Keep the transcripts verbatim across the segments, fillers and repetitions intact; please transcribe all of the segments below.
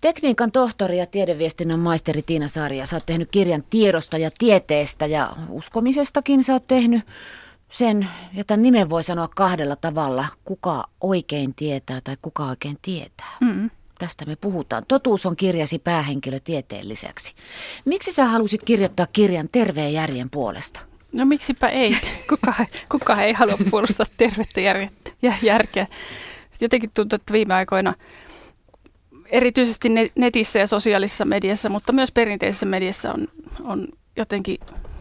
Tekniikan tohtori ja tiedeviestinnän maisteri Tiina Saaria, sä oot tehnyt kirjan tiedosta ja tieteestä ja uskomisestakin sä oot tehnyt sen, ja tämän nimen voi sanoa kahdella tavalla, kuka oikein tietää tai kuka oikein tietää. Mm. Tästä me puhutaan. Totuus on kirjasi päähenkilö tieteen lisäksi. Miksi sä halusit kirjoittaa kirjan terveen järjen puolesta? No miksipä ei. Kuka, kuka ei halua puolustaa tervettä ja järkeä. Jotenkin tuntuu, että viime aikoina erityisesti netissä ja sosiaalisessa mediassa, mutta myös perinteisessä mediassa on, on jotenkin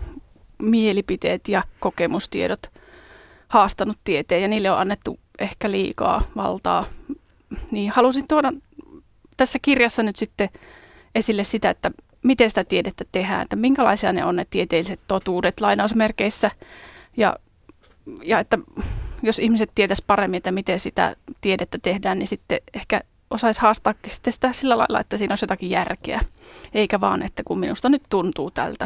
mielipiteet ja kokemustiedot haastanut tieteen ja niille on annettu ehkä liikaa valtaa. Niin halusin tuoda tässä kirjassa nyt sitten esille sitä, että miten sitä tiedettä tehdään, että minkälaisia ne on ne tieteelliset totuudet lainausmerkeissä ja, ja että jos ihmiset tietäisi paremmin, että miten sitä tiedettä tehdään, niin sitten ehkä osaisi haastaa sitten sitä sillä lailla, että siinä olisi jotakin järkeä, eikä vaan, että kun minusta nyt tuntuu tältä.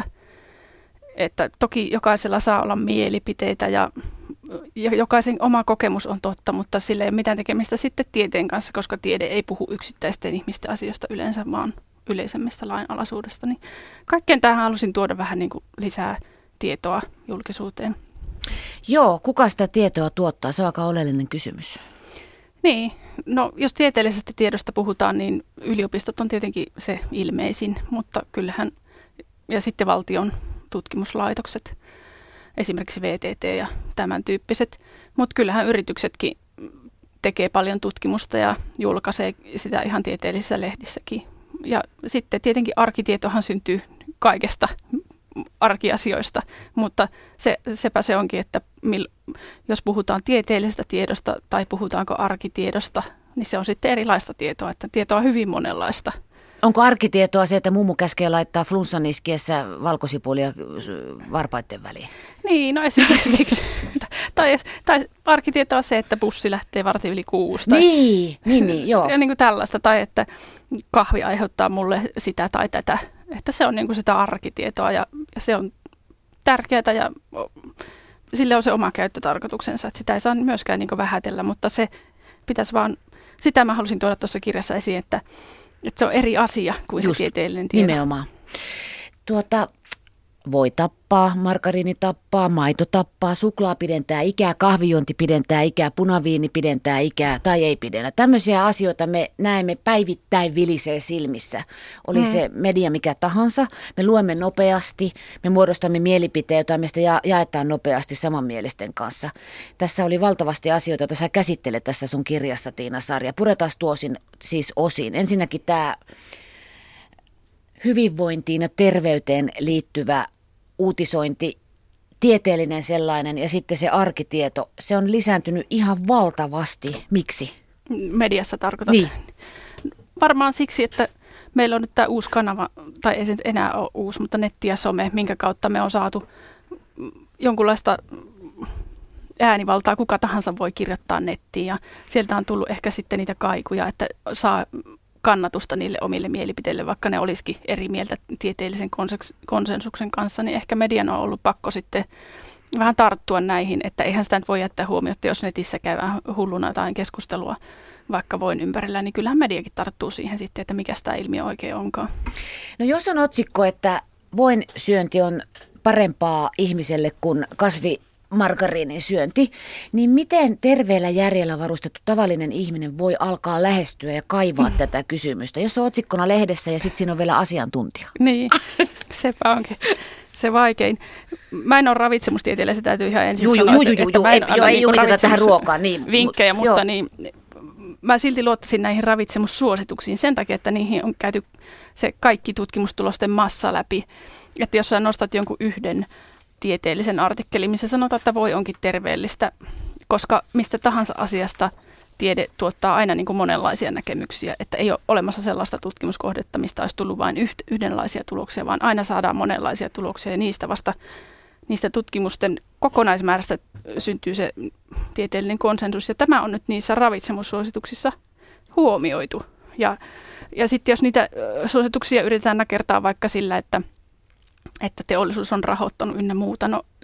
Että toki jokaisella saa olla mielipiteitä ja, ja jokaisen oma kokemus on totta, mutta sillä ei ole mitään tekemistä sitten tieteen kanssa, koska tiede ei puhu yksittäisten ihmisten asioista yleensä, vaan yleisemmästä lainalaisuudesta. Niin kaikkeen tähän halusin tuoda vähän niin kuin lisää tietoa julkisuuteen. Joo, kuka sitä tietoa tuottaa? Se on aika oleellinen kysymys. Niin, no jos tieteellisestä tiedosta puhutaan, niin yliopistot on tietenkin se ilmeisin, mutta kyllähän, ja sitten valtion tutkimuslaitokset, esimerkiksi V T T ja tämän tyyppiset, mutta kyllähän yrityksetkin tekee paljon tutkimusta ja julkaisee sitä ihan tieteellisissä lehdissäkin. Ja sitten tietenkin arkitietohan syntyy kaikesta arkiasioista, mutta se, sepä se onkin, että mil, jos puhutaan tieteellisestä tiedosta tai puhutaanko arkitiedosta, niin se on sitten erilaista tietoa, että tietoa on hyvin monenlaista. Onko arkitietoa se, että mummu käskee laittaa flunssan iskiessä valkosipulia varpaiden väliin? Niin, no esimerkiksi. tai, tai arkitietoa se, että bussi lähtee vartin yli kuusi. Tai, niin, niin, niin, joo. Ja niin kuin tällaista, tai että kahvi aiheuttaa mulle sitä tai tätä. Että se on niin kuin sitä arkitietoa ja, ja se on tärkeää ja sille on se oma käyttötarkoituksensa. Että sitä ei saa myöskään niin kuin vähätellä, mutta se pitäisi vaan, sitä mä halusin tuoda tuossa kirjassa esiin, että Että se on eri asia kuin Just, se tieteellinen tieto. Nimenomaan. Tuota, voi tappaa, margariini tappaa, maito tappaa, suklaa pidentää ikää, kahvijuonti pidentää ikää, punaviini pidentää ikää tai ei pidennä. Tämmöisiä asioita me näemme päivittäin vilisee silmissä. Oli hmm. se media mikä tahansa. Me luemme nopeasti, me muodostamme mielipiteitä, joita meistä ja- jaetaan nopeasti samanmielisten kanssa. Tässä oli valtavasti asioita, joita sä käsittelet tässä sun kirjassa, Tiina Saaria. Puretaan tuosin siis osiin. Ensinnäkin tämä hyvinvointiin ja terveyteen liittyvä uutisointi, tieteellinen sellainen ja sitten se arkitieto, se on lisääntynyt ihan valtavasti. Miksi? Mediassa tarkoitat? Niin. Varmaan siksi, että meillä on nyt tämä uusi kanava, tai ei se nyt enää ole uusi, mutta netti ja some, minkä kautta me on saatu jonkunlaista äänivaltaa, kuka tahansa voi kirjoittaa nettiin ja sieltä on tullut ehkä sitten niitä kaikuja, että saa kannatusta niille omille mielipiteille, vaikka ne olisikin eri mieltä tieteellisen konsensuksen kanssa, niin ehkä median on ollut pakko sitten vähän tarttua näihin, että eihän sitä nyt voi jättää huomiota, jos netissä käydään hulluna jotain keskustelua vaikka voin ympärillä, niin kyllähän mediakin tarttuu siihen sitten, että mikä tämä ilmiö oikein onkaan. No jos on otsikko, että voin syönti on parempaa ihmiselle kuin kasvi margariinin syönti, niin miten terveellä järjellä varustettu tavallinen ihminen voi alkaa lähestyä ja kaivaa mm. tätä kysymystä, jos on otsikkona lehdessä ja sitten siinä on vielä asiantuntija? Niin, sepä onkin se vaikein. Mä en ole ravitsemustieteilijä, se täytyy ihan ensin juu, sanoa, juu, että, juu, että juu, mä en ei, anna ei niinku tähän ruokaan, niin, vinkkejä, mut, mutta joo. niin, mä silti luottaisin näihin ravitsemussuosituksiin sen takia, että niihin on käyty se kaikki tutkimustulosten massa läpi, että jos sä nostat jonkun yhden tieteellisen artikkelin, missä sanotaan, että voi onkin terveellistä, koska mistä tahansa asiasta tiede tuottaa aina niin kuin monenlaisia näkemyksiä, että ei ole olemassa sellaista tutkimuskohdetta, mistä olisi tullut vain yht, yhdenlaisia tuloksia, vaan aina saadaan monenlaisia tuloksia ja niistä vasta niistä tutkimusten kokonaismäärästä syntyy se tieteellinen konsensus ja tämä on nyt niissä ravitsemussuosituksissa huomioitu ja, ja sitten jos niitä suosituksia yritetään nakertaa vaikka sillä, että että teollisuus on rahoittanut ynnä muuta. No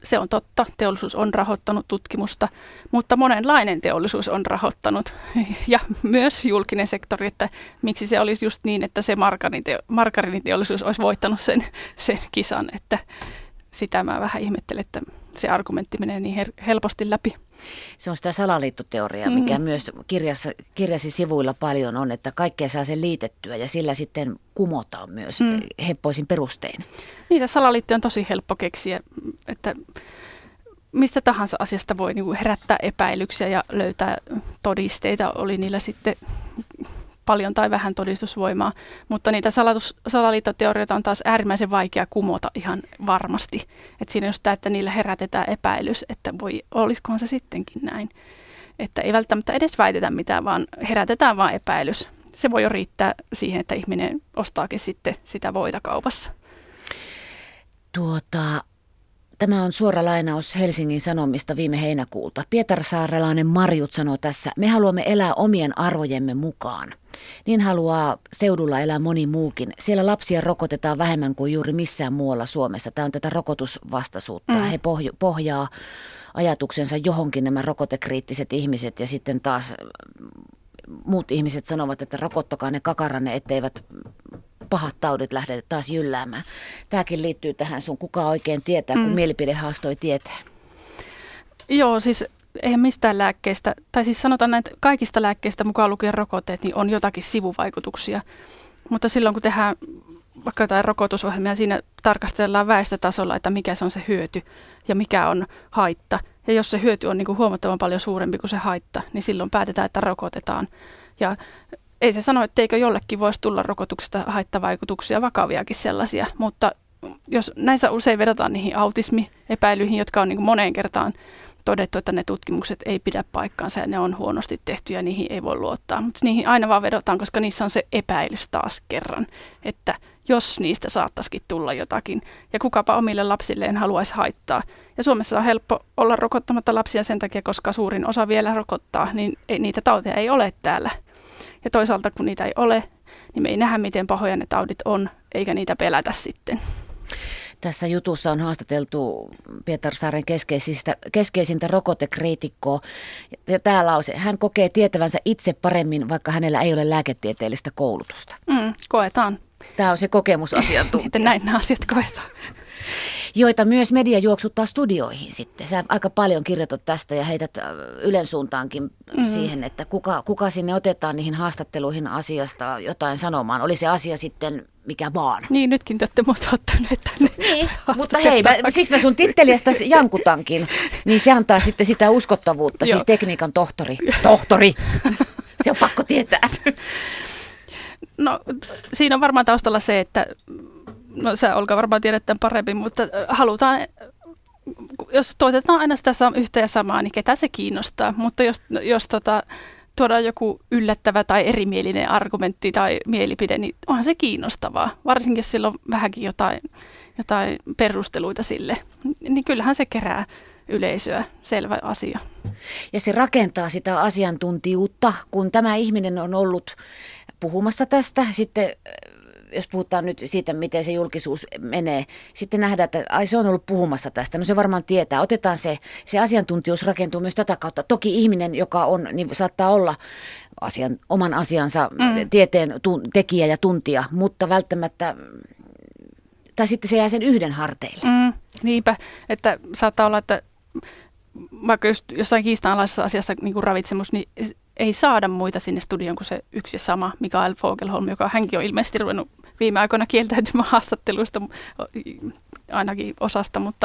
se on totta, teollisuus on rahoittanut tutkimusta, mutta monenlainen teollisuus on rahoittanut ja myös julkinen sektori, että miksi se olisi just niin, että se margariniteollisuus olisi voittanut sen, sen kisan, että sitä mä vähän ihmettelen, että se argumentti menee niin helposti läpi. Se on sitä salaliittoteoriaa, mikä mm. myös kirjassa, kirjasi sivuilla paljon on, että kaikkea saa sen liitettyä ja sillä sitten kumotaan myös mm. heppoisin perustein. Niitä salaliittoja on tosi helppo keksiä, että mistä tahansa asiasta voi niin kuin herättää epäilyksiä ja löytää todisteita, oli niillä sitten paljon tai vähän todistusvoimaa, mutta niitä salatus, salaliittoteorioita on taas äärimmäisen vaikea kumota ihan varmasti. Et siinä on just tämä, että niillä herätetään epäilys, että voi, olisikohan se sittenkin näin. Että ei välttämättä edes väitetä mitään, vaan herätetään vaan epäilys. Se voi jo riittää siihen, että ihminen ostaakin sitten sitä voita kaupassa. Tuota... Tämä on suora lainaus Helsingin Sanomista viime heinäkuulta. Pietarsaarelainen Marjut sanoo tässä, me haluamme elää omien arvojemme mukaan. Niin haluaa seudulla elää moni muukin. Siellä lapsia rokotetaan vähemmän kuin juuri missään muualla Suomessa. Tämä on tätä rokotusvastaisuutta. Mm. He pohj- pohjaa ajatuksensa johonkin nämä rokotekriittiset ihmiset ja sitten taas muut ihmiset sanovat, että rokottakaa ne kakaranne, etteivät pahat taudit lähde taas jylläämään. Tämäkin liittyy tähän sun kuka oikein tietää, kun mm. mielipidehaastoi tietää. Joo, siis eihän mistään lääkkeestä, tai siis sanotaan näin, että kaikista lääkkeistä mukaan lukien rokotteet, niin on jotakin sivuvaikutuksia. Mutta silloin kun tehdään vaikka jotain rokotusohjelmia, siinä tarkastellaan väestötasolla, että mikä se on se hyöty ja mikä on haitta. Ja jos se hyöty on niin kuin huomattavan paljon suurempi kuin se haitta, niin silloin päätetään, että rokotetaan. Ja ei se sano, etteikö jollekin voisi tulla rokotuksesta haittavaikutuksia, vakaviakin sellaisia, mutta jos näissä usein vedotaan niihin autismiepäilyihin, jotka on niin kuin moneen kertaan todettu, että ne tutkimukset ei pidä paikkaansa ja ne on huonosti tehty ja niihin ei voi luottaa. Mutta niihin aina vaan vedotaan, koska niissä on se epäilys taas kerran, että jos niistä saattaisikin tulla jotakin ja kukapa omille lapsilleen haluaisi haittaa. Ja Suomessa on helppo olla rokottamatta lapsia sen takia, koska suurin osa vielä rokottaa, niin ei, niitä tauteja ei ole täällä. Ja toisaalta kun niitä ei ole, niin me ei nähdä miten pahoja ne taudit on, eikä niitä pelätä sitten. Tässä jutussa on haastateltu Pietarsaaren keskeisistä, keskeisintä rokotekriitikkoa. Ja tämä lause, hän kokee tietävänsä itse paremmin, vaikka hänellä ei ole lääketieteellistä koulutusta. Mm, koetaan. Tämä on se kokemusasiantuntija. Että näin nämä asiat koetaan. Joita myös media juoksuttaa studioihin sitten. Sä aika paljon kirjoitat tästä ja heität Ylen suuntaankin mm-hmm. siihen, että kuka, kuka sinne otetaan niihin haastatteluihin asiasta jotain sanomaan. Oli se asia sitten mikä vaan. Niin, nytkin te olette mut ottaneet tänne. Niin, mutta hei, mä, siksi mä sun titteliästä jankutankin, niin se antaa sitten sitä uskottavuutta, siis tekniikan tohtori. Tohtori! Se on pakko tietää. No, siinä on varmaan taustalla se, että no sä Olga varmaan tiedät tämän paremmin, mutta halutaan, jos toitetaan aina sitä yhtä ja samaa, niin ketä se kiinnostaa. Mutta jos, jos tota, tuodaan joku yllättävä tai erimielinen argumentti tai mielipide, niin onhan se kiinnostavaa. Varsinkin jos sillä on vähänkin jotain, jotain perusteluita sille, niin kyllähän se kerää yleisöä, selvä asia. Ja se rakentaa sitä asiantuntijuutta, kun tämä ihminen on ollut puhumassa tästä, sitten jos puhutaan nyt siitä, miten se julkisuus menee, sitten nähdään, että ai, se on ollut puhumassa tästä. No se varmaan tietää. Otetaan se, se asiantuntijuus rakentuu myös tätä kautta. Toki ihminen, joka on, niin saattaa olla asian, oman asiansa mm. tieteen tun, tekijä ja tuntija, mutta välttämättä, tai sitten se jää sen yhden harteille. Mm, niinpä, että saattaa olla, että vaikka just jossain kiistanalaisessa asiassa niin kuin ravitsemus, niin ei saada muita sinne studioon kuin se yksi ja sama Mikael Fogelholm, joka hänkin on ilmeisesti ruvennut viime aikoina kieltäytymään haastatteluista, ainakin osasta, mutta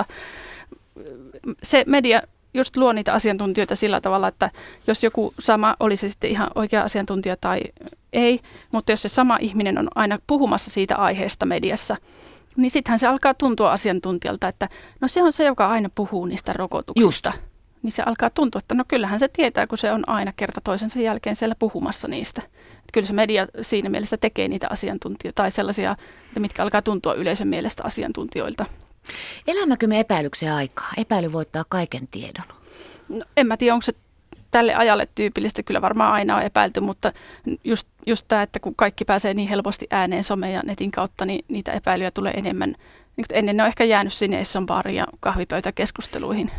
se media just luo niitä asiantuntijoita sillä tavalla, että jos joku sama, oli se sitten ihan oikea asiantuntija tai ei, mutta jos se sama ihminen on aina puhumassa siitä aiheesta mediassa, niin sittenhän se alkaa tuntua asiantuntijalta, että no se on se, joka aina puhuu niistä rokotuksista. Just. Niin se alkaa tuntua, että no kyllähän se tietää, kun se on aina kerta toisensa jälkeen siellä puhumassa niistä. Että kyllä se media siinä mielessä tekee niitä asiantuntijoita tai sellaisia, mitkä alkaa tuntua yleisön mielestä asiantuntijoilta. Elämmekö me epäilyksen aikaa? Epäily voittaa kaiken tiedon. No, en mä tiedä, onko se tälle ajalle tyypillistä kyllä varmaan aina on epäilty, mutta just, just tämä, että kun kaikki pääsee niin helposti ääneen some- ja netin kautta, niin niitä epäilyjä tulee enemmän. Ennen ne on ehkä jäänyt sinne Esson baarin ja kahvipöytäkeskusteluihin.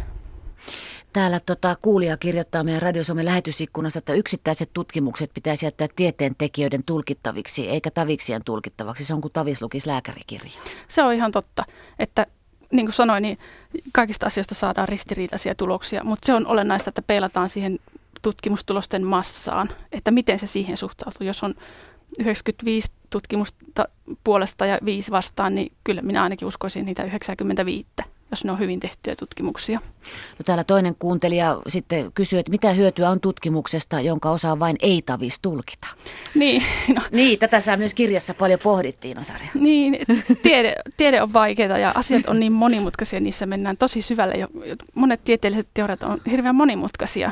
Täällä tota, kuulija kirjoittaa meidän Radio Suomen lähetysikkunassa, että yksittäiset tutkimukset pitäisi jättää tieteentekijöiden tulkittaviksi, eikä taviksien tulkittavaksi. Se on kuin tavis lukisi lääkärikirja. Se on ihan totta, että niin kuin sanoin, niin kaikista asioista saadaan ristiriitaisia tuloksia, mutta se on olennaista, että peilataan siihen tutkimustulosten massaan, että miten se siihen suhtautuu. Jos on yhdeksänkymmentäviisi tutkimusta puolesta ja viisi vastaan, niin kyllä minä ainakin uskoisin niitä yhdeksänkymmentäviisi, jos ne on hyvin tehtyjä tutkimuksia. No täällä toinen kuuntelija sitten kysyy, että mitä hyötyä on tutkimuksesta, jonka osaa vain ei-tavis tulkita. Niin, no. Niin, tätä sä myös kirjassa paljon pohdittiin, Osarja. Niin, tiede, tiede on vaikeaa ja asiat on niin monimutkaisia, niissä mennään tosi syvälle. Monet tieteelliset teoriat on hirveän monimutkaisia,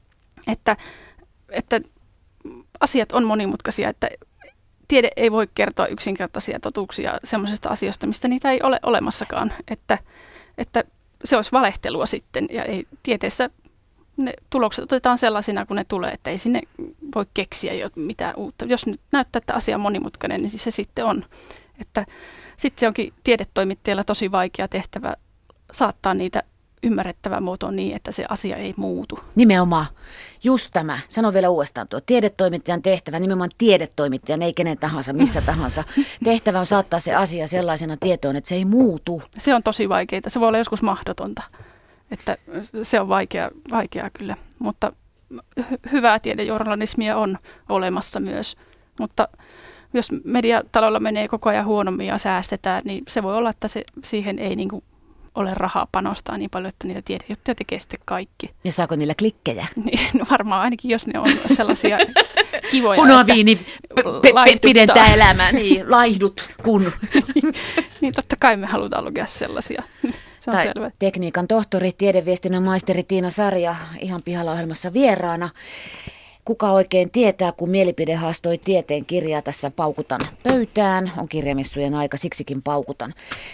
että, että asiat on monimutkaisia, että tiede ei voi kertoa yksinkertaisia totuuksia semmoisesta asioista, mistä niitä ei ole olemassakaan, että, että se olisi valehtelua sitten ja ei tieteessä ne tulokset otetaan sellaisina kuin ne tulee, että ei sinne voi keksiä jo mitään uutta. Jos nyt näyttää, että asia on monimutkainen, niin se sitten on. Että sitten se onkin tiedetoimittajalla tosi vaikea tehtävä saattaa niitä ymmärrettävä muoto niin, että se asia ei muutu. Nimenomaan. Just tämä. Sano vielä uudestaan tuo. Tiedetoimittajan tehtävä, nimenomaan tiedetoimittajan, ei kenen tahansa, missä tahansa. Tehtävä on saattaa se asia sellaisena tietoon, että se ei muutu. Se on tosi vaikeaa. Se voi olla joskus mahdotonta. Että se on vaikea, vaikeaa kyllä. Mutta hy- hyvää tiedejournalismia on olemassa myös. Mutta jos mediatalolla menee koko ajan huonommin ja säästetään, niin se voi olla, että se, siihen ei niin kuin ole rahaa panostaa niin paljon, että niitä tiedejuttuja tekee sitten kaikki. Ja saako niillä klikkejä? Niin, no varmaan ainakin, jos ne on sellaisia kivoja. Punaviini p- p- pidentää elämää, niin laihdut kun. Niin totta kai me halutaan lukea sellaisia. Se on tai selvä. Tekniikan tohtori, tiedeviestinnän maisteri Tiina Sarja ihan pihalla ohjelmassa vieraana. Kuka oikein tietää, kun mielipide haastoi tieteen kirjaa, tässä paukutan pöytään. On kirjamessujen aika, siksikin paukutan.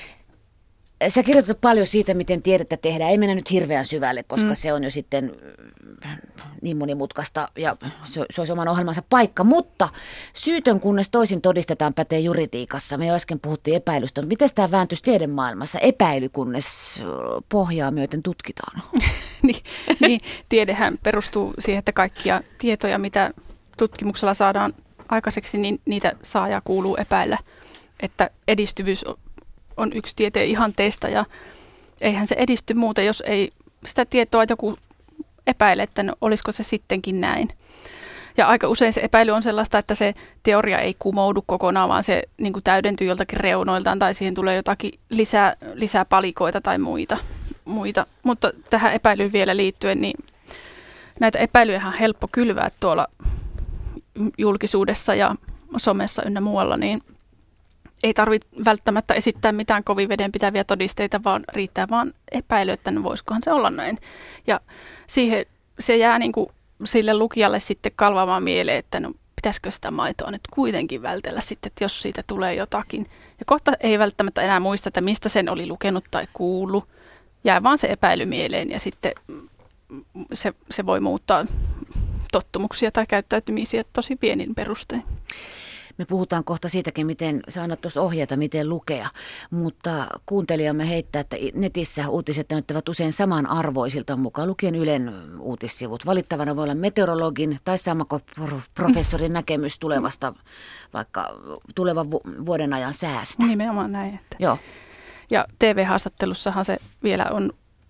Sä kirjoitat paljon siitä, miten tiedettä tehdään. Ei mennä nyt hirveän syvälle, koska mm. se on jo sitten niin monimutkaista ja se, se olisi oman ohjelmansa paikka. Mutta syytön, kunnes toisin todistetaan, pätee juridiikassa. Me jo äsken puhuttiin epäilystä. Miten tämä vääntyisi tiedemaailmassa? Epäily, kunnes pohjaa myöten tutkitaan. niin, niin, tiedehän perustuu siihen, että kaikkia tietoja, mitä tutkimuksella saadaan aikaiseksi, niin niitä saa ja kuuluu epäillä. Että edistyvyys on yksi tieteen ihanteista ja eihän se edisty muuten, jos ei sitä tietoa joku epäile, että no, olisiko se sittenkin näin. Ja aika usein se epäily on sellaista, että se teoria ei kumoudu kokonaan, vaan se niin kuin täydentyy joltakin reunoiltaan tai siihen tulee jotakin lisää, lisää palikoita tai muita, muita. Mutta tähän epäilyyn vielä liittyen, niin näitä epäilyjä on helppo kylvää tuolla julkisuudessa ja somessa ynnä muualla, niin ei tarvitse välttämättä esittää mitään kovin vedenpitäviä todisteita, vaan riittää vaan epäily, että no voisikohan se olla näin. Ja siihen, se jää niin kuin sille lukijalle sitten kalvamaan mieleen, että no pitäisikö sitä maitoa nyt kuitenkin vältellä sitten, että jos siitä tulee jotakin. Ja kohta ei välttämättä enää muista, että mistä sen oli lukenut tai kuullut. Jää vaan se epäily mieleen ja sitten se, se voi muuttaa tottumuksia tai käyttäytymisiä tosi pienin perustein. Me puhutaan kohta siitäkin, miten sä annat tuossa ohjeita, miten lukea, mutta kuuntelijamme heittää, että netissä uutiset näyttävät usein samanarvoisilta, mukaan lukien Ylen uutissivut. Valittavana voi olla meteorologin tai sammakoprofessorin näkemys tulevasta, vaikka tulevan vuoden ajan säästä. Nimenomaan näin. Että. Joo. Ja T V-haastattelussahan se vielä on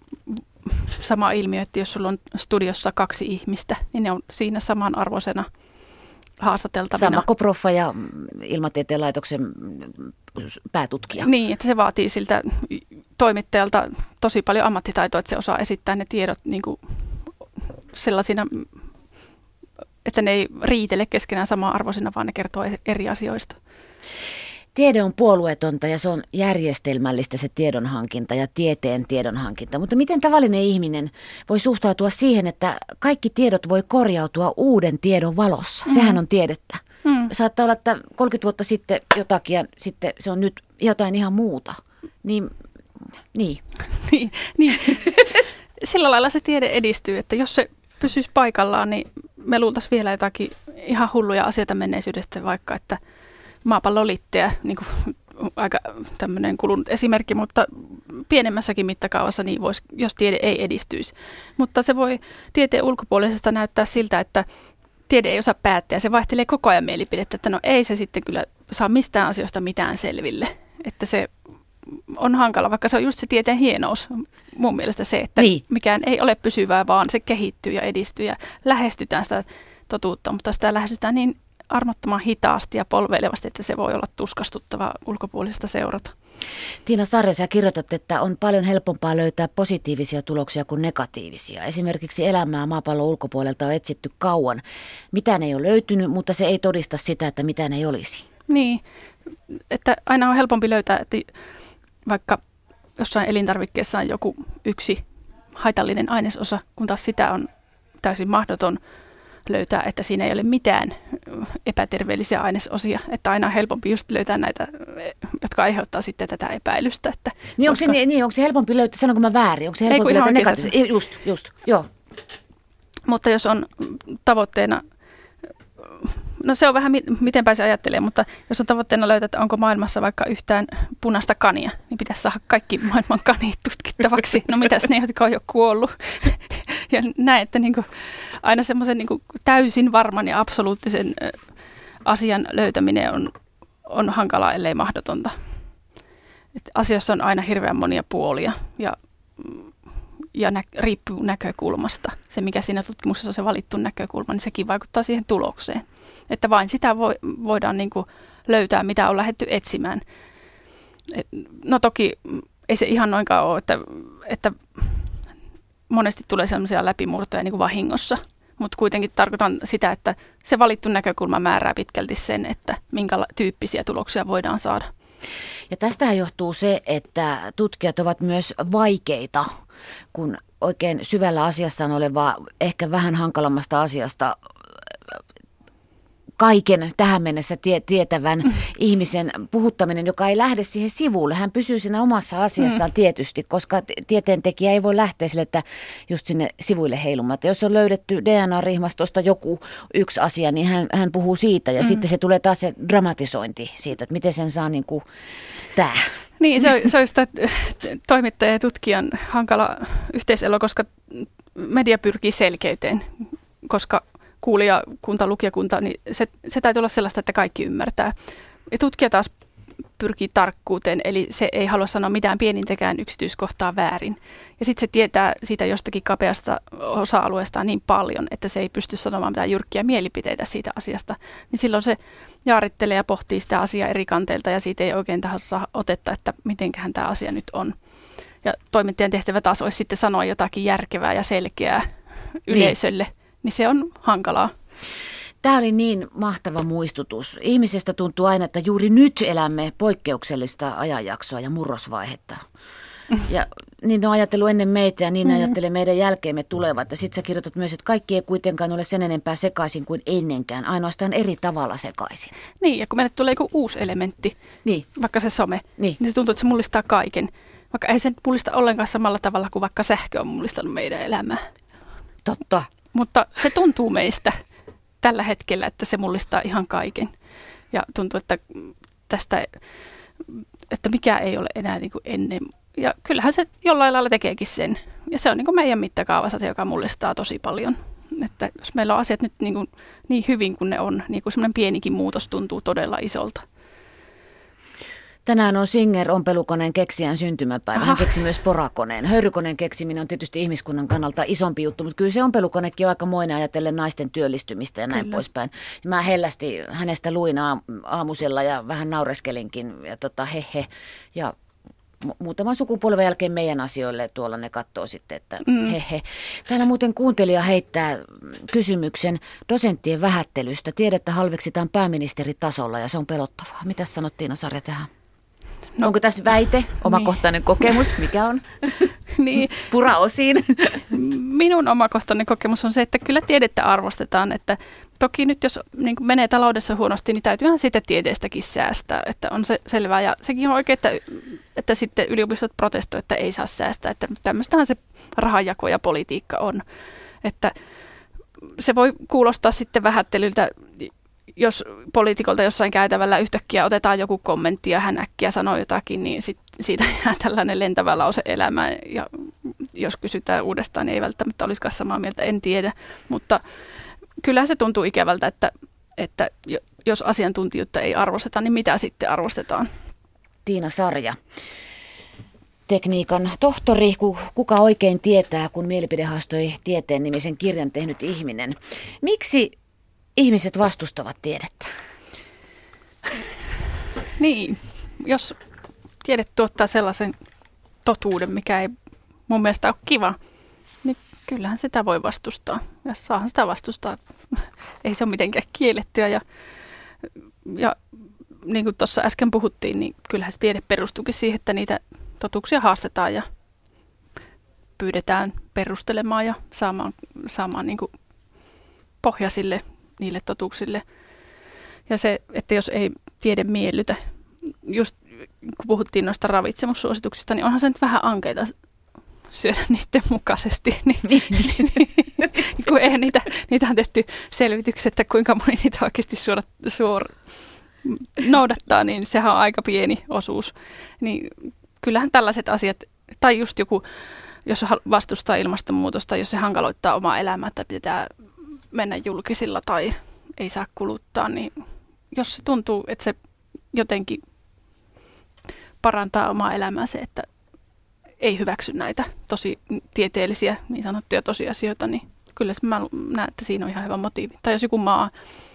sama ilmiö, että jos sulla on studiossa kaksi ihmistä, niin ne on siinä samanarvoisena haastateltavina. Sammakoproffa ja Ilmatieteen laitoksen päätutkija. Niin, että se vaatii siltä toimittajalta tosi paljon ammattitaitoa, että se osaa esittää ne tiedot niin kuin sellaisina, että ne ei riitele keskenään samanarvoisina, vaan ne kertoo eri asioista. Tiede on puolueetonta ja se on järjestelmällistä se tiedonhankinta ja tieteen tiedonhankinta. Mutta miten tavallinen ihminen voi suhtautua siihen, että kaikki tiedot voi korjautua uuden tiedon valossa? Mm. Sehän on tiedettä. Mm. Saattaa olla, että kolmekymmentä vuotta sitten jotakin ja sitten se on nyt jotain ihan muuta. Niin, niin. niin, niin. Sillä lailla se tiede edistyy, että jos se pysyisi paikallaan, niin me luultaisiin vielä jotakin ihan hulluja asioita menneisyydestä, vaikka että maapalloliitteä, niin kuin aika tämmöinen kulunut esimerkki, mutta pienemmässäkin mittakaavassa niin voisi, jos tiede ei edistyisi. Mutta se voi tieteen ulkopuolisesta näyttää siltä, että tiede ei osaa päättää. Se vaihtelee koko ajan mielipidettä, että no ei se sitten kyllä saa mistään asioista mitään selville. Että se on hankala, vaikka se on just se tieteen hienous mun mielestä se, että niin. mikään ei ole pysyvää, vaan se kehittyy ja edistyy ja lähestytään sitä totuutta, mutta sitä lähestytään niin armottoman hitaasti ja polveilevasti, että se voi olla tuskastuttava ulkopuolisesta seurata. Tiina Sarja, sä kirjoitat, että on paljon helpompaa löytää positiivisia tuloksia kuin negatiivisia. Esimerkiksi elämää maapallon ulkopuolelta on etsitty kauan. Mitään ei ole löytynyt, mutta se ei todista sitä, että mitään ei olisi. Niin, että aina on helpompi löytää, että vaikka jossain elintarvikkeessa on joku yksi haitallinen ainesosa, kun taas sitä on täysin mahdoton löytää, että siinä ei ole mitään epäterveellisiä ainesosia. Että aina on helpompi just löytää näitä, jotka aiheuttaa sitten tätä epäilystä. Että niin, onko se, niin onko se helpompi löytää, sanonko mä väärin, onko se helpompi ei, löytää negatiivista? Just, just, joo. Mutta jos on tavoitteena, no se on vähän miten päin se ajattelee, mutta jos on tavoitteena löytää, että onko maailmassa vaikka yhtään punaista kania, niin pitäisi saada kaikki maailman kanit tutkittavaksi. No mitäs ne, jotka on jo kuollut? Ja näin, että niin kuin aina semmoisen niin kuin täysin varman ja absoluuttisen asian löytäminen on, on hankalaa, ellei mahdotonta. Et asioissa on aina hirveän monia puolia ja, ja nä, riippuu näkökulmasta. Se, mikä siinä tutkimuksessa on se valittu näkökulma, niin sekin vaikuttaa siihen tulokseen. Että vain sitä vo, voidaan niin kuin löytää, mitä on lähdetty etsimään. Et, no toki ei se ihan noinkaan ole, että... että monesti tulee sellaisia läpimurtoja niin kuin vahingossa, mutta kuitenkin tarkoitan sitä, että se valittu näkökulma määrää pitkälti sen, että minkä tyyppisiä tuloksia voidaan saada. Ja tästähän johtuu se, että tutkijat ovat myös vaikeita, kun oikein syvällä asiassaan olevaa, ehkä vähän hankalammasta asiasta kaiken tähän mennessä tie, tietävän mm. ihmisen puhuttaminen, joka ei lähde siihen sivulle. Hän pysyy siinä omassa asiassaan mm. tietysti, koska tieteentekijä ei voi lähteä sille, että just sinne sivuille heilumaan. Jos on löydetty D N A-rihmastosta joku yksi asia, niin hän, hän puhuu siitä ja mm. sitten se tulee taas se dramatisointi siitä, että miten sen saa niin kuin tämä. Niin, se on, se on sitä toimittajan ja tutkijan hankala yhteiselo, koska media pyrkii selkeyteen, koska kuulijakunta, lukijakunta, niin se, se täytyy olla sellaista, että kaikki ymmärtää. Ja tutkija taas pyrkii tarkkuuteen, eli se ei halua sanoa mitään pienintäkään yksityiskohtaa väärin. Ja sitten se tietää siitä jostakin kapeasta osa-alueesta niin paljon, että se ei pysty sanomaan mitään jyrkkiä mielipiteitä siitä asiasta. Niin silloin se jaarittelee ja pohtii sitä asiaa eri kanteilta, ja siitä ei oikein taho saa otetta, että mitenköhän tämä asia nyt on. Ja toimittajan tehtävä taas olisi sitten sanoa jotakin järkevää ja selkeää yleisölle. Niin. Niin se on hankalaa. Tämä oli niin mahtava muistutus. Ihmisestä tuntuu aina, että juuri nyt elämme poikkeuksellista ajanjaksoa ja murrosvaihetta. Ja niin on ajatellut ennen meitä ja niin mm-hmm. ajattelee meidän jälkeemme tulevat. Ja sitten sä kirjoitat myös, että kaikki ei kuitenkaan ole sen enempää sekaisin kuin ennenkään, ainoastaan eri tavalla sekaisin. Niin, ja kun meille tulee joku uusi elementti, niin. vaikka se some, niin. niin se tuntuu, että se mullistaa kaiken. Vaikka ei se mullista ollenkaan samalla tavalla kuin vaikka sähkö on mullistanut meidän elämää. Totta. Mutta se tuntuu meistä tällä hetkellä, että se mullistaa ihan kaiken. Ja tuntuu, että tästä, että mikä ei ole enää niin kuin ennen. Ja kyllähän se jollain lailla tekeekin sen. Ja se on niin kuin meidän mittakaavassa se, joka mullistaa tosi paljon. Että jos meillä on asiat nyt niin, kuin niin hyvin kuin ne on, niin kuin semmoinen pienikin muutos tuntuu todella isolta. Tänään on Singer ompelukoneen keksijän syntymäpäivä. Aha. Hän keksi myös porakoneen. Höyrykoneen keksiminen on tietysti ihmiskunnan kannalta isompi juttu, mutta kyllä se ompelukonekin on aika moinen ajatellen naisten työllistymistä ja näin kyllä. poispäin. Mä hellästi hänestä luin aamusella ja vähän naureskelinkin ja tota he he. Ja muutaman sukupolven jälkeen meidän asioille tuolla ne katsoo sitten, että mm. he he. Täällä muuten kuuntelija heittää kysymyksen dosenttien vähättelystä. Tiedettä halveksitaan pääministeritasolla ja se on pelottavaa. Mitäs sanot Tiina Sarja tähän? No, onko tässä väite, omakohtainen niin. kokemus, mikä on? Niin. Pura osiin. Minun omakohtainen kokemus on se, että kyllä tiedettä arvostetaan. Että toki nyt jos niin kuin menee taloudessa huonosti, niin täytyyhän siitä tieteestäkin säästää. Että on se selvää. Ja sekin on oikein, että, että sitten yliopistot protestoivat, että ei saa säästää. Että tämmöistähän se rahanjako ja politiikka on. Että se voi kuulostaa sitten vähättelyltä, jos poliitikolta jossain käytävällä yhtäkkiä otetaan joku kommentti ja hän äkkiä sanoo jotakin, niin sit siitä jää tällainen lentävä lause elämään. Ja jos kysytään uudestaan, niin ei välttämättä olisikaan samaa mieltä, en tiedä. Mutta kyllähän se tuntuu ikävältä, että, että jos asiantuntijuutta ei arvosteta, niin mitä sitten arvostetaan? Tiina Sarja, tekniikan tohtori, kuka oikein tietää, kun Mielipide haastoi tieteen nimisen kirjan tehnyt ihminen. Miksi ihmiset vastustavat tiedettä? Niin, jos tiede tuottaa sellaisen totuuden, mikä ei mun mielestä ole kiva, niin kyllähän sitä voi vastustaa. Ja saahan sitä vastustaa. Ei se ole mitenkään kiellettyä. Ja, ja niin kuin tuossa äsken puhuttiin, niin kyllähän se tiede perustuukin siihen, että niitä totuuksia haastetaan ja pyydetään perustelemaan ja saamaan, saamaan niin kuin pohja sille, niille totuuksille. Ja se, että jos ei tiede miellytä, just kun puhuttiin noista ravitsemussuosituksista, niin onhan se nyt vähän ankeita syödä niiden mukaisesti. Niin, niin, kun eihän niitä, niitä on tehty selvityksiä, että kuinka moni niitä oikeasti suora, suor, noudattaa, niin sehän on aika pieni osuus. Niin kyllähän tällaiset asiat, tai just joku, jos vastustaa ilmastonmuutosta, jos se hankaloittaa omaa elämää, että pitää mennä julkisilla tai ei saa kuluttaa, niin jos se tuntuu, että se jotenkin parantaa omaa elämää se, että ei hyväksy näitä tosi tieteellisiä niin sanottuja tosiasioita, niin kyllä mä näen, että siinä on ihan hyvä motiivi. Tai jos joku maa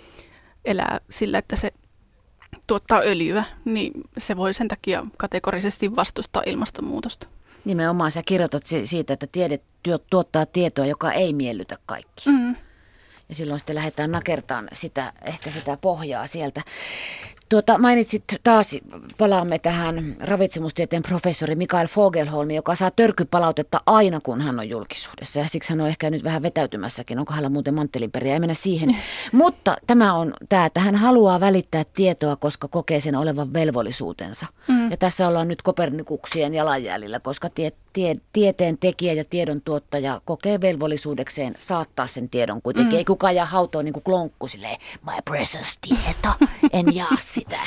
elää sillä, että se tuottaa öljyä, niin se voi sen takia kategorisesti vastustaa ilmastonmuutosta. Nimenomaan sä kirjoitat siitä, että tiede tuottaa tietoa, joka ei miellytä kaikkia. Mm. Ja silloin sitten lähdetään nakertaan sitä, ehkä sitä pohjaa sieltä. Tuota, mainitsit taas, palaamme tähän ravitsemustieteen professori Mikael Fogelholm, joka saa törkypalautetta aina, kun hän on julkisuudessa. Ja siksi hän on ehkä nyt vähän vetäytymässäkin. Onko hänellä muuten manttelinperiä? Ei mennä siihen. Mutta tämä on tämä, että hän haluaa välittää tietoa, koska kokee sen olevan velvollisuutensa. Mm. Ja tässä ollaan nyt Kopernikuksien jalanjäljellä, koska tie, tie, tieteen tekijä ja tiedon tuottaja kokee velvollisuudekseen saattaa sen tiedon kuitenkin. Mm. Ei kukaan jää hautoon niin kuin klonkku silleen, my precious tieto, en jaa sitä.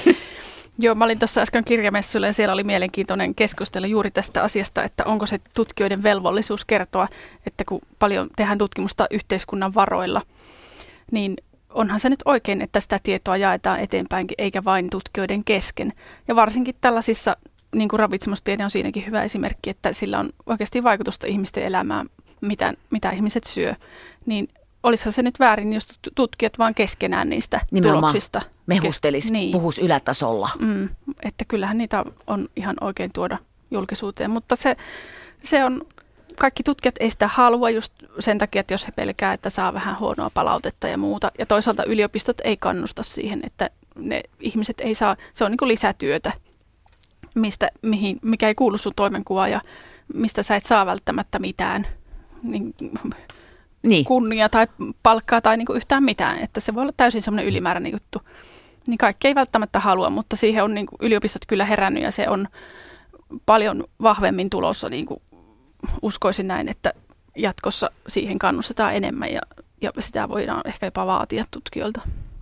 Joo, mä olin tuossa äsken kirjamessuilla ja siellä oli mielenkiintoinen keskustelu juuri tästä asiasta, että onko se tutkijoiden velvollisuus kertoa, että kun paljon tehdään tutkimusta yhteiskunnan varoilla, niin onhan se nyt oikein, että sitä tietoa jaetaan eteenpäinkin, eikä vain tutkijoiden kesken. Ja varsinkin tällaisissa, niin kuin ravitsemustiede on siinäkin hyvä esimerkki, että sillä on oikeasti vaikutusta ihmisten elämään, mitä, mitä ihmiset syö, niin olisihan se nyt väärin, jos tutkijat vaan keskenään niistä nimenomaan tuloksista mehustelis, niin. Puhus ylätasolla. Mm, että kyllähän niitä on ihan oikein tuoda julkisuuteen, mutta se, se on, kaikki tutkijat ei sitä halua just sen takia, että jos he pelkää, että saa vähän huonoa palautetta ja muuta. Ja toisaalta yliopistot ei kannusta siihen, että ne ihmiset ei saa, se on niin kuin lisätyötä, mistä, mihin, mikä ei kuulu sun toimenkuvaan ja mistä sä et saa välttämättä mitään niin, Niin. kunnia tai palkkaa tai niinku yhtään mitään, että se voi olla täysin semmoinen ylimääräinen juttu. Niin kaikki ei välttämättä halua, mutta siihen on niinku yliopistot kyllä herännyt ja se on paljon vahvemmin tulossa, niinku uskoisin näin, että jatkossa siihen kannustetaan enemmän ja, ja sitä voidaan ehkä jopa vaatia tutkijoilta.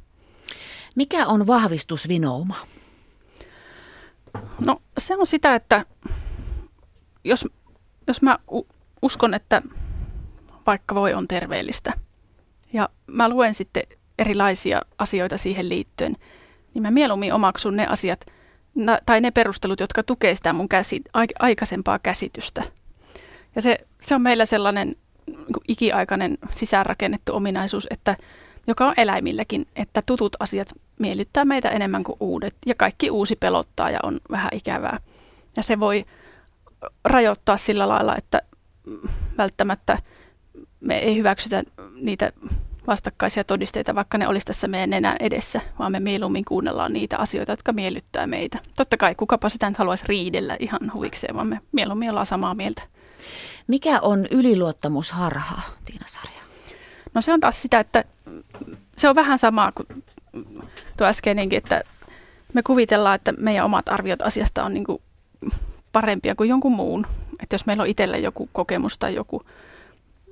Mikä on vahvistusvinouma? No se on sitä, että jos, jos mä uskon, että vaikka voi on terveellistä. Ja mä luen sitten erilaisia asioita siihen liittyen, niin mä mieluummin omaksun ne asiat tai ne perustelut, jotka tukee sitä mun käsi, aikaisempaa käsitystä. Ja se, se on meillä sellainen ikiaikainen sisäänrakennettu ominaisuus, että, joka on eläimilläkin, että tutut asiat miellyttää meitä enemmän kuin uudet. Ja kaikki uusi pelottaa ja on vähän ikävää. Ja se voi rajoittaa sillä lailla, että välttämättä me ei hyväksytä niitä vastakkaisia todisteita, vaikka ne olisi tässä meidän nenän edessä, vaan me mieluummin kuunnellaan niitä asioita, jotka miellyttää meitä. Totta kai kukapa sitä nyt haluaisi riidellä ihan huvikseen, vaan me mieluummin ollaan samaa mieltä. Mikä on yliluottamusharha, Tiina Sarja? No se on taas sitä, että se on vähän samaa kuin tuo äskeinenkin, että me kuvitellaan, että meidän omat arviot asiasta on niin kuin parempia kuin jonkun muun. Että jos meillä on itsellä joku kokemus tai joku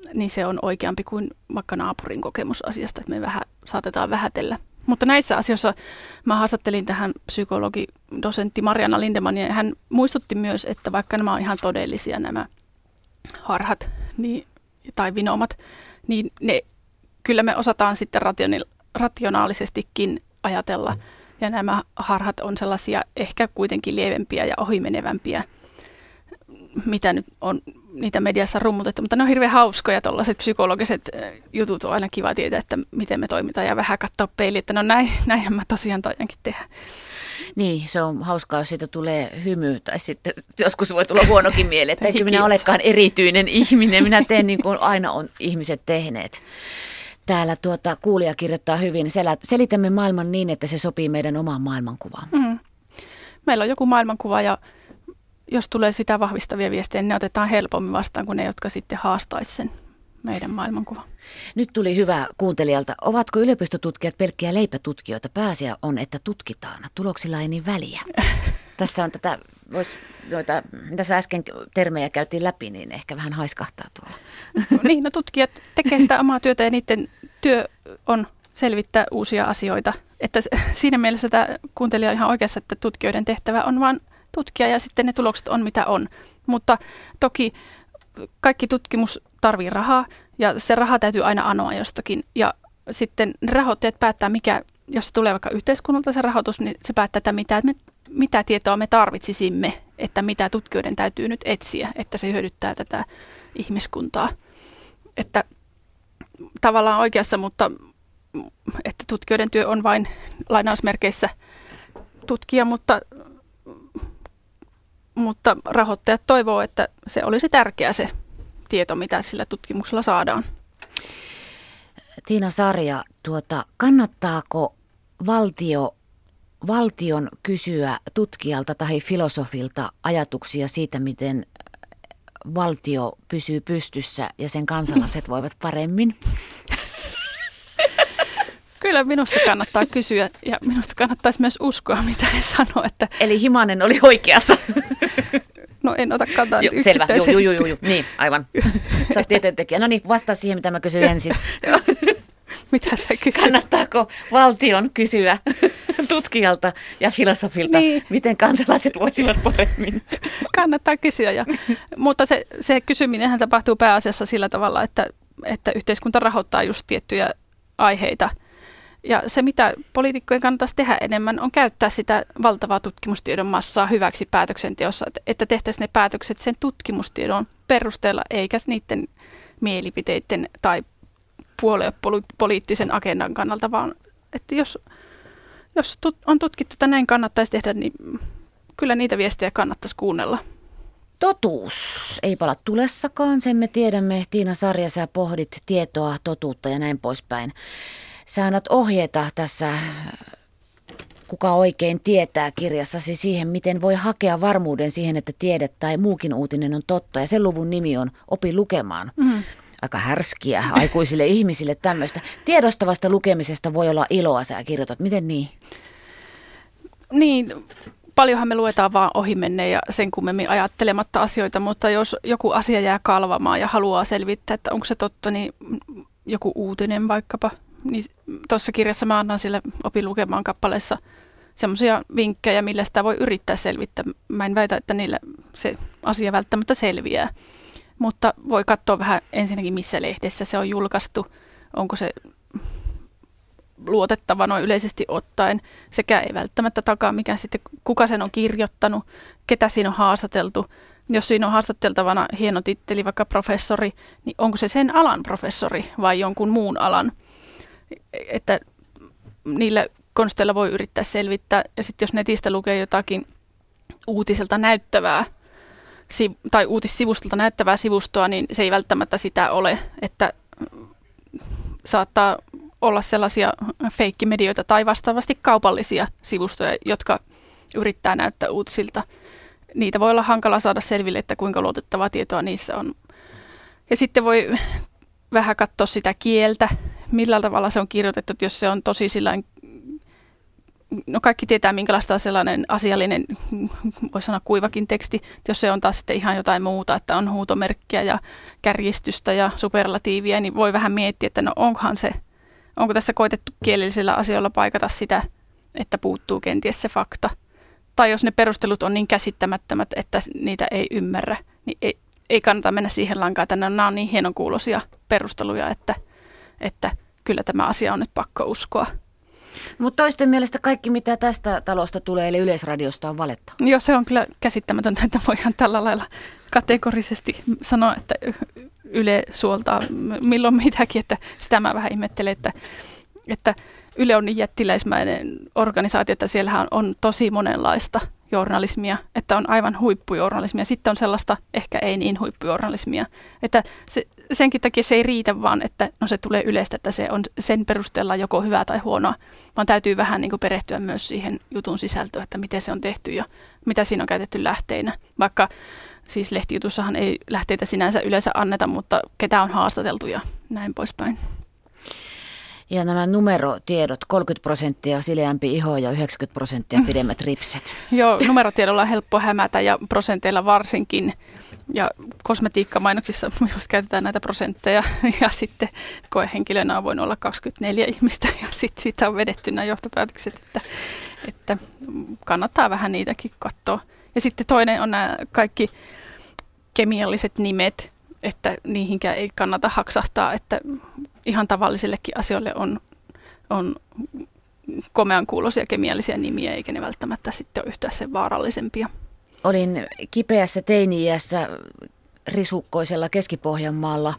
niin se on oikeampi kuin vaikka naapurin kokemus asiasta, että me vähän saatetaan vähätellä. Mutta näissä asioissa mä haastattelin tähän psykologidosentti Marianna Lindemania, ja hän muistutti myös, että vaikka nämä on ihan todellisia nämä harhat niin, tai vinoumat, niin ne, kyllä me osataan sitten rationi- rationaalisestikin ajatella, ja nämä harhat on sellaisia ehkä kuitenkin lievempiä ja ohimenevämpiä, mitä nyt on niitä mediassa rummutettu, mutta ne on hirveän hauskoja tuollaiset psykologiset jutut, on aina kiva tietää, että miten me toimitaan ja vähän katsoa peiliin, että no näin, näinhän mä tosiaan taidankin tehdä. Niin, se on hauskaa, jos siitä tulee hymy tai sitten joskus voi tulla huonokin mieli, että eikö minä olekaan erityinen ihminen, minä teen niin kuin aina on ihmiset tehneet. Täällä tuota, kuulija kirjoittaa hyvin, selitämme maailman niin, että se sopii meidän omaan maailmankuvaan. Mm. Meillä on joku maailmankuva ja jos tulee sitä vahvistavia viestejä, niin ne otetaan helpommin vastaan kuin ne, jotka sitten haastaisi sen meidän maailmankuvan. Nyt tuli hyvä kuuntelijalta. Ovatko yliopistotutkijat pelkkiä leipätutkijoita? Pääasia on, että tutkitaan. Tuloksilla ei niin väliä. Tässä on tätä, vois, joita, mitä sä äsken termejä käytiin läpi, niin ehkä vähän haiskahtaa tuolla. Niin, no tutkijat tekee sitä omaa työtä ja niiden työ on selvittää uusia asioita. Että siinä mielessä tämä kuuntelija on ihan oikeassa, että tutkijoiden tehtävä on vain tutkia ja sitten ne tulokset on mitä on. Mutta toki kaikki tutkimus tarvii rahaa ja se raha täytyy aina anoa jostakin. Ja sitten ne rahoittajat päättää, mikä, jos se tulee vaikka yhteiskunnalta se rahoitus, niin se päättää, että mitä, me, mitä tietoa me tarvitsisimme, että mitä tutkijoiden täytyy nyt etsiä, että se hyödyttää tätä ihmiskuntaa. Että tavallaan oikeassa, mutta että tutkijoiden työ on vain lainausmerkeissä tutkia, mutta Mutta rahoittajat toivoo, että se olisi tärkeä se tieto, mitä sillä tutkimuksella saadaan. Tiina Sarja, tuota, kannattaako valtio, valtion kysyä tutkijalta tai filosofilta ajatuksia siitä, miten valtio pysyy pystyssä ja sen kansalaiset voivat paremmin? Kyllä minusta kannattaa kysyä ja minusta kannattaisi myös uskoa, mitä he sanoo. Että eli Himanen oli oikeassa. No en ota kantaa jo, selvä, joo, joo, joo, joo, niin, aivan. Sä oot tieteentekijä. No niin, vastaa siihen, mitä mä kysyin ensin. Mitä sä kysyt? Kannattaako valtion kysyä tutkijalta ja filosofilta, niin, miten kansalaiset voisivat paremmin? Kannattaa kysyä, ja, mutta se, se kysyminenhän tapahtuu pääasiassa sillä tavalla, että, että yhteiskunta rahoittaa just tiettyjä aiheita. Ja se, mitä poliitikkojen kannattaisi tehdä enemmän, on käyttää sitä valtavaa tutkimustiedon massaa hyväksi päätöksenteossa, että tehtäisiin ne päätökset sen tutkimustiedon perusteella, eikä niiden mielipiteiden tai puoluepoliittisen agendan kannalta, vaan että jos, jos on tutkittu, että näin kannattaisi tehdä, niin kyllä niitä viestejä kannattaisi kuunnella. Totuus ei pala tulessakaan, sen me tiedämme. Tiina Sarja, sä pohdit tietoa, totuutta ja näin poispäin. Sä annat ohjeita tässä Kuka oikein tietää -kirjassasi siihen, miten voi hakea varmuuden siihen, että tiede tai muukin uutinen on totta. Ja sen luvun nimi on Opi lukemaan. Mm. Aika härskiä aikuisille ihmisille tämmöistä. Tiedostavasta lukemisesta voi olla iloa, sä kirjoitat. Miten niin? Niin, paljonhan me luetaan vaan ohimenneen ja sen kummemmin ajattelematta asioita, mutta jos joku asia jää kalvamaan ja haluaa selvittää, että onko se totta, niin joku uutinen vaikkapa. Niin tuossa kirjassa mä annan sille Opi lukemaan -kappaleessa semmoisia vinkkejä, millä sitä voi yrittää selvittää. Mä en väitä, että niillä se asia välttämättä selviää, mutta voi katsoa vähän ensinnäkin, missä lehdessä se on julkaistu, onko se luotettava noin yleisesti ottaen, sekä ei välttämättä takaa, mikä sitten, kuka sen on kirjoittanut, ketä siinä on haastateltu. Jos siinä on haastateltavana hieno titteli, vaikka professori, niin onko se sen alan professori vai jonkun muun alan? Että niillä konsteilla voi yrittää selvittää. Ja sitten jos netistä lukee jotakin uutiselta näyttävää tai uutissivustolta näyttävää sivustoa, niin se ei välttämättä sitä ole, että saattaa olla sellaisia feikkimedioita tai vastaavasti kaupallisia sivustoja, jotka yrittää näyttää uutisilta. Niitä voi olla hankala saada selville, että kuinka luotettavaa tietoa niissä on. Ja sitten voi vähän katsoa sitä kieltä, millä tavalla se on kirjoitettu, jos se on tosi sillain no kaikki tietää, minkälaista on sellainen asiallinen, voisi sanoa kuivakin teksti, jos se on taas sitten ihan jotain muuta, että on huutomerkkiä ja kärjistystä ja superlatiivia, niin voi vähän miettiä, että no onkohan se, onko tässä koetettu kielellisillä asioilla paikata sitä, että puuttuu kenties se fakta. Tai jos ne perustelut on niin käsittämättömät, että niitä ei ymmärrä, niin ei, ei kannata mennä siihen lankaan, että nämä on niin hienokuuloisia perusteluja, että, että kyllä tämä asia on nyt pakko uskoa. Mutta toisten mielestä kaikki, mitä tästä talosta tulee, eli Yleisradiosta, on valetta. Joo, se on kyllä käsittämätöntä, että voidaan tällä lailla kategorisesti sanoa, että Yle suoltaa milloin mitäkin, että sitä mä vähän ihmettelen, että, että Yle on niin jättiläismäinen organisaatio, että siellähän on tosi monenlaista journalismia, että on aivan huippujournalismia. Sitten on sellaista ehkä ei niin huippujournalismia, että se, senkin takia se ei riitä vaan, että no se tulee Ylestä, että se on sen perusteella joko hyvää tai huonoa, vaan täytyy vähän niin kuin perehtyä myös siihen jutun sisältöön, että miten se on tehty ja mitä siinä on käytetty lähteinä. Vaikka siis lehtijutussahan ei lähteitä sinänsä yleensä anneta, mutta ketä on haastateltu ja näin poispäin. Ja nämä numerotiedot, kolmekymmentä prosenttia sileämpi iho ja yhdeksänkymmentä prosenttia pidemmät ripset. Joo, numerotiedolla on helppo hämätä ja prosenteilla varsinkin. Ja kosmetiikkamainoksissa just käytetään näitä prosentteja. Ja sitten koehenkilönä on voinut olla kaksikymmentäneljä ihmistä ja sitten siitä on vedetty nämä johtopäätökset, että, että kannattaa vähän niitäkin katsoa. Ja sitten toinen on nämä kaikki kemialliset nimet, että niihinkään ei kannata haksahtaa, että ihan tavallisillekin asioille on, on komean kuuloisia kemiallisia nimiä, eikä ne välttämättä sitten ole yhtään sen vaarallisempia. Olin kipeässä teini-iässä risukkoisella Keski-Pohjanmaalla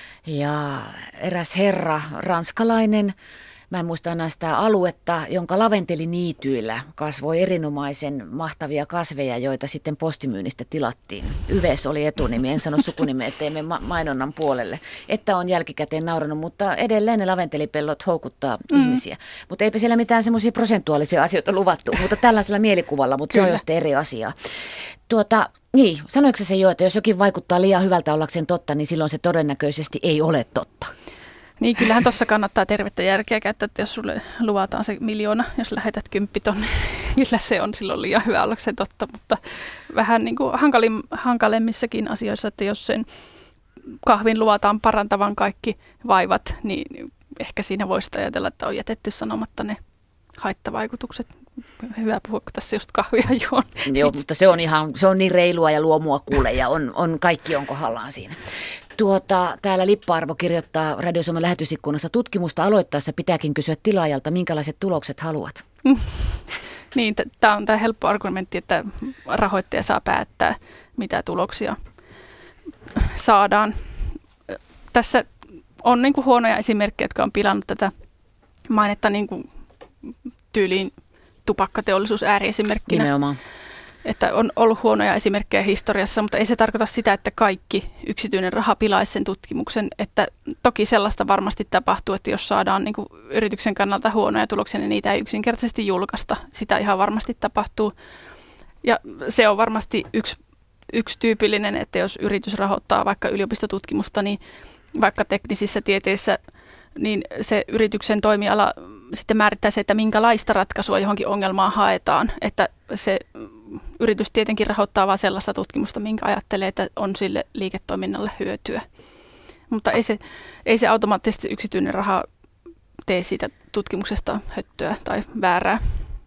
ja eräs herra, ranskalainen, mä en muista enää sitä aluetta, jonka laventeliniityillä kasvoi erinomaisen mahtavia kasveja, joita sitten postimyynnistä tilattiin. Yves oli etunimi, en sano sukunimeä, ettei me ma- mainonnan puolelle. Että on jälkikäteen nauranut, mutta edelleen ne laventelipellot houkuttaa mm. ihmisiä. Mutta eipä siellä mitään semmoisia prosentuaalisia asioita luvattu, mutta tällaisella mielikuvalla, mutta Kyllä. se on just eri asia. Tuota, niin, sanoiko se jo, että jos jokin vaikuttaa liian hyvältä ollakseen totta, niin silloin se todennäköisesti ei ole totta? Niin, kyllähän tuossa kannattaa tervettä järkeä käyttää, että jos sulle luvataan se miljoona, jos lähetät kymppiton, niin kyllä se on silloin liian hyvä ollakseen totta, mutta vähän niin kuin hankalim, hankalemmissakin asioissa, että jos sen kahvin luvataan parantavan kaikki vaivat, niin ehkä siinä voisi ajatella, että on jätetty sanomatta ne haittavaikutukset. Hyvä puhua, kun tässä just kahvia juon. Joo, mutta se on ihan, se on niin reilua ja luomua kuule ja on, on kaikki on kohdallaan siinä. Tuota, täällä Lippa-Arvo kirjoittaa Radio Suomen lähetysikkunassa: tutkimusta aloittaessa pitääkin kysyä tilaajalta, minkälaiset tulokset haluat. Niin, tämä on tämä helppo argumentti, että rahoittaja saa päättää, mitä tuloksia saadaan. Tässä on niin kuin huonoja esimerkkejä, jotka on pilannut tätä mainetta niin kuin tyyliin tupakkateollisuus ääriesimerkkinä. Nimenomaan. Että on ollut huonoja esimerkkejä historiassa, mutta ei se tarkoita sitä, että kaikki yksityinen raha pilaisi sen tutkimuksen. Että toki sellaista varmasti tapahtuu, että jos saadaan niin kuin yrityksen kannalta huonoja tuloksia, niin niitä ei yksinkertaisesti julkaista. Sitä ihan varmasti tapahtuu. Ja se on varmasti yksi, yksi tyypillinen, että jos yritys rahoittaa vaikka yliopistotutkimusta, niin vaikka teknisissä tieteissä, niin se yrityksen toimiala sitten määrittää se, että minkälaista ratkaisua johonkin ongelmaan haetaan. Että se yritys tietenkin rahoittaa vain sellaista tutkimusta, minkä ajattelee, että on sille liiketoiminnalle hyötyä. Mutta ei se, ei se automaattisesti yksityinen raha tee siitä tutkimuksesta höttöä tai väärää.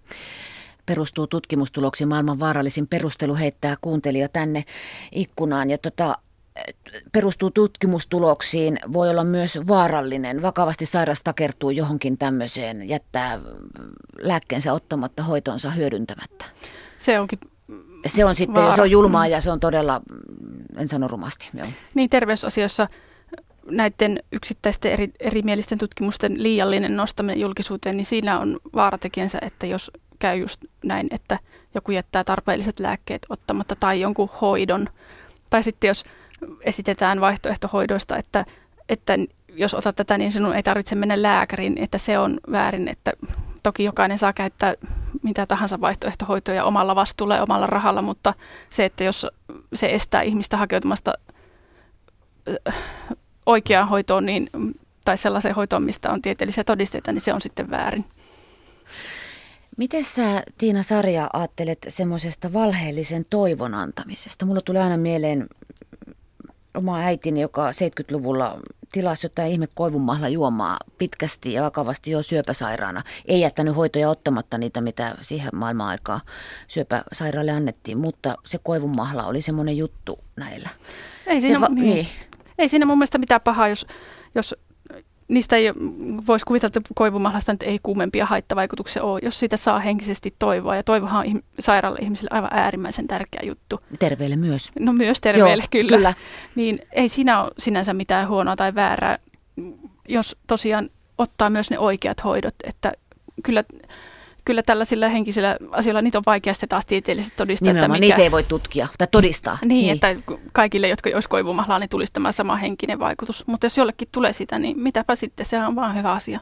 Perustuu tutkimustuloksiin maailman vaarallisin perustelu, heittää kuuntelija tänne ikkunaan. Ja tota, perustuu tutkimustuloksiin, voi olla myös vaarallinen. Vakavasti sairas takertuu johonkin tämmöiseen, jättää lääkkeensä ottamatta, hoitonsa hyödyntämättä. Se onkin Se on sitten, vaara. Se on julmaa ja se on todella, en sano rumasti. Joo. Niin, terveysasioissa näiden yksittäisten eri, erimielisten tutkimusten liiallinen nostaminen julkisuuteen, niin siinä on vaaratekijänsä, että jos käy just näin, että joku jättää tarpeelliset lääkkeet ottamatta tai jonkun hoidon, tai sitten jos esitetään vaihtoehtohoidoista, että, että jos otat tätä, niin sinun ei tarvitse mennä lääkäriin, että se on väärin, että toki jokainen saa käyttää mitä tahansa vaihtoehtohoitoja omalla vastuulla ja omalla rahalla, mutta se, että jos se estää ihmistä hakeutumasta oikeaan hoitoon niin, tai sellaiseen hoitoon, mistä on tieteellisiä todisteita, niin se on sitten väärin. Miten sä, Tiina Sarja, ajattelet semmoisesta valheellisen toivon antamisesta? Mulla tulee aina mieleen oma äitini, joka seitsemänkymmentäluvulla tilasi jotain ihme koivunmahla juomaa pitkästi ja vakavasti jo syöpäsairaana. Ei jättänyt hoitoja ottamatta niitä, mitä siihen maailman aikaa syöpäsairaalle annettiin, mutta se koivunmahla oli semmoinen juttu näillä. Ei siinä, va- niin. niin. Ei siinä mun mielestä mitään pahaa, jos, jos niistä ei voisi kuvitella, että koivumahlasta nyt ei kuumempia haittavaikutuksia ole, jos siitä saa henkisesti toivoa. Ja toivohan on sairaalle ihmisille aivan äärimmäisen tärkeä juttu. Terveelle myös. No myös terveelle, Joo, kyllä. kyllä. Niin ei siinä ole sinänsä mitään huonoa tai väärää, jos tosiaan ottaa myös ne oikeat hoidot. Että kyllä, kyllä tällaisilla henkisillä asioilla niitä on vaikeasti taas tieteellisesti todistaa. Nimenomaan, että mikä... niitä ei voi tutkia tai todistaa. Niin, niin, että kaikille, jotka olisi koivumahlaa, niin tulisi tämä sama henkinen vaikutus. Mutta jos jollekin tulee sitä, niin mitäpä sitten, sehän on vaan hyvä asia.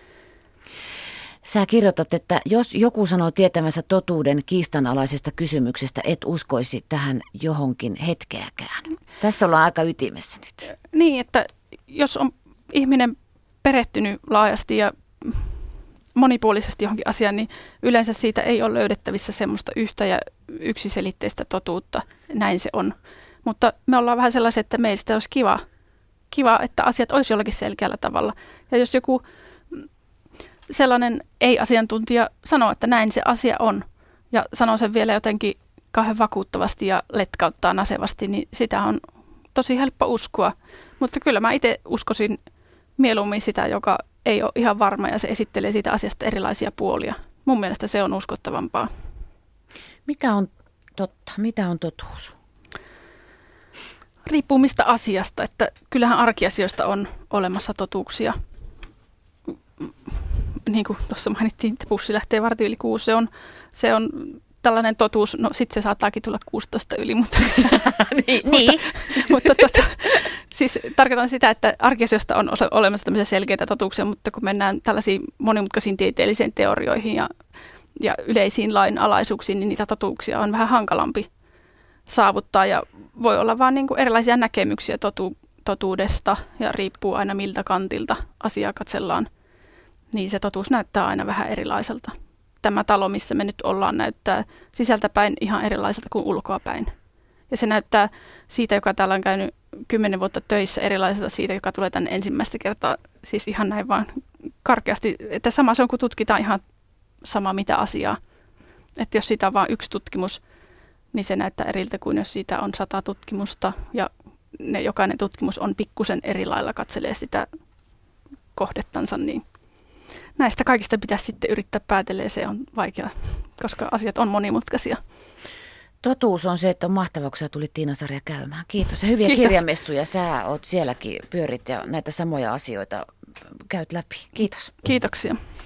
Sä kirjoitat, että jos joku sanoo tietämänsä totuuden kiistanalaisesta kysymyksestä, et uskoisi tähän johonkin hetkeäkään. Tässä ollaan aika ytimessä nyt. Niin, että jos on ihminen perehtynyt laajasti ja monipuolisesti johonkin asiaan, niin yleensä siitä ei ole löydettävissä semmoista yhtä ja yksiselitteistä totuutta. Näin se on. Mutta me ollaan vähän sellaisia, että meistä olisi kiva, kiva, että asiat olisi jollakin selkeällä tavalla. Ja jos joku sellainen ei-asiantuntija sanoo, että näin se asia on, ja sanoo sen vielä jotenkin kauhean vakuuttavasti ja letkauttaa nasevasti, niin sitä on tosi helppo uskoa. Mutta kyllä mä itse uskoisin mieluummin sitä, joka ei ole ihan varma ja se esittelee siitä asiasta erilaisia puolia. Mun mielestä se on uskottavampaa. Mikä on totta? Mitä on totuus? Riippuu mistä asiasta, että kyllähän arkiasioista on olemassa totuuksia. Niin kuin tuossa mainittiin, että bussi lähtee vartin yli kuusi, se on, se on tällainen totuus. No sitten se saattaakin tulla kuusitoista yli, mutta, niin, mutta, niin. mutta tota, siis tarkoitan sitä, että arkiasioista on olemassa tämmöisiä selkeitä totuuksia, mutta kun mennään tällaisiin monimutkaisiin tieteellisiin teorioihin ja, ja yleisiin lainalaisuuksiin, niin niitä totuuksia on vähän hankalampi saavuttaa ja voi olla vaan niin kuin erilaisia näkemyksiä totu, totuudesta ja riippuu aina miltä kantilta asiaa katsellaan, niin se totuus näyttää aina vähän erilaiselta. Tämä talo, missä me nyt ollaan, näyttää sisältäpäin ihan erilaiselta kuin ulkoapäin. Ja se näyttää siitä, joka täällä on käynyt kymmenen vuotta töissä, erilaiselta siitä, joka tulee tänne ensimmäistä kertaa. Siis ihan näin vaan karkeasti, että sama se on, kun tutkitaan ihan sama mitä asiaa. Että jos siitä on vain yksi tutkimus, niin se näyttää eriltä kuin jos siitä on sata tutkimusta. Ja ne, jokainen tutkimus on pikkusen eri lailla, katselee sitä kohdettansa, niin näistä kaikista pitäisi sitten yrittää päätellä ja se on vaikea, koska asiat on monimutkaisia. Totuus on se, että on mahtavaa, kun sä tulit Tiina Sarja käymään. Kiitos ja hyviä Kiitos. kirjamessuja. Sä oot sielläkin pyörit ja näitä samoja asioita käyt läpi. Kiitos. Kiitoksia.